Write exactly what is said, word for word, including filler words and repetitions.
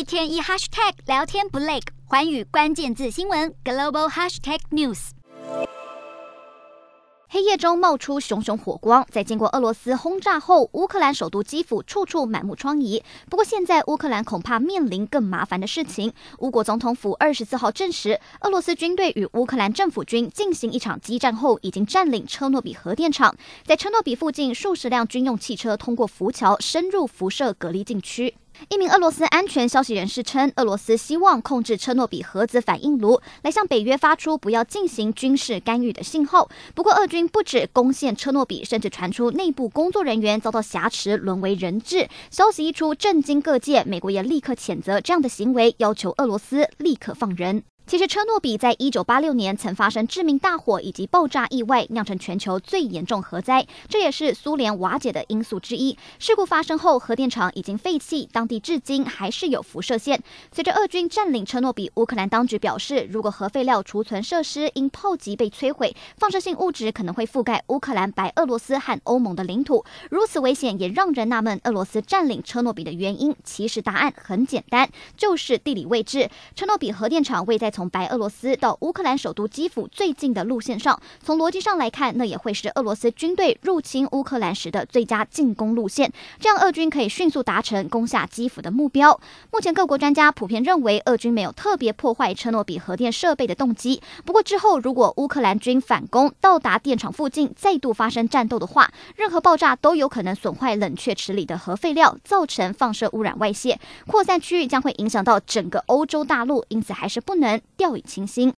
天一 hashtag 聊天不累，寰宇关键字新闻 global hashtag news。黑夜中冒出熊熊火光，在经过俄罗斯轰炸后，乌克兰首都基辅处处满目疮痍。不过现在乌克兰恐怕面临更麻烦的事情。乌国总统府二十四号证实，俄罗斯军队与乌克兰政府军进行一场激战后，已经占领车诺比核电厂。在车诺比附近，数十辆军用汽车通过浮桥深入辐射隔离禁区。一名俄罗斯安全消息人士称，俄罗斯希望控制车诺比核子反应炉，来向北约发出不要进行军事干预的信号。不过，俄军不止攻陷车诺比，甚至传出内部工作人员遭到挟持，沦为人质。消息一出，震惊各界，美国也立刻谴责这样的行为，要求俄罗斯立刻放人。其实，车诺比在一九八六年曾发生致命大火以及爆炸意外，酿成全球最严重核灾，这也是苏联瓦解的因素之一。事故发生后，核电厂已经废弃，当地至今还是有辐射线。随着俄军占领车诺比，乌克兰当局表示，如果核废料储存设施因炮击被摧毁，放射性物质可能会覆盖乌克兰、白俄罗斯和欧盟的领土。如此危险，也让人纳闷，俄罗斯占领车诺比的原因。其实答案很简单，就是地理位置。车诺比核电厂位在从白俄罗斯到乌克兰首都基辅最近的路线上，从逻辑上来看，那也会是俄罗斯军队入侵乌克兰时的最佳进攻路线，这样俄军可以迅速达成攻下基辅的目标。目前各国专家普遍认为，俄军没有特别破坏车诺比核电设备的动机。不过之后如果乌克兰军反攻，到达电厂附近再度发生战斗的话，任何爆炸都有可能损坏冷却池里的核废料，造成放射污染外泄，扩散区域将会影响到整个欧洲大陆，因此还是不能掉以轻心。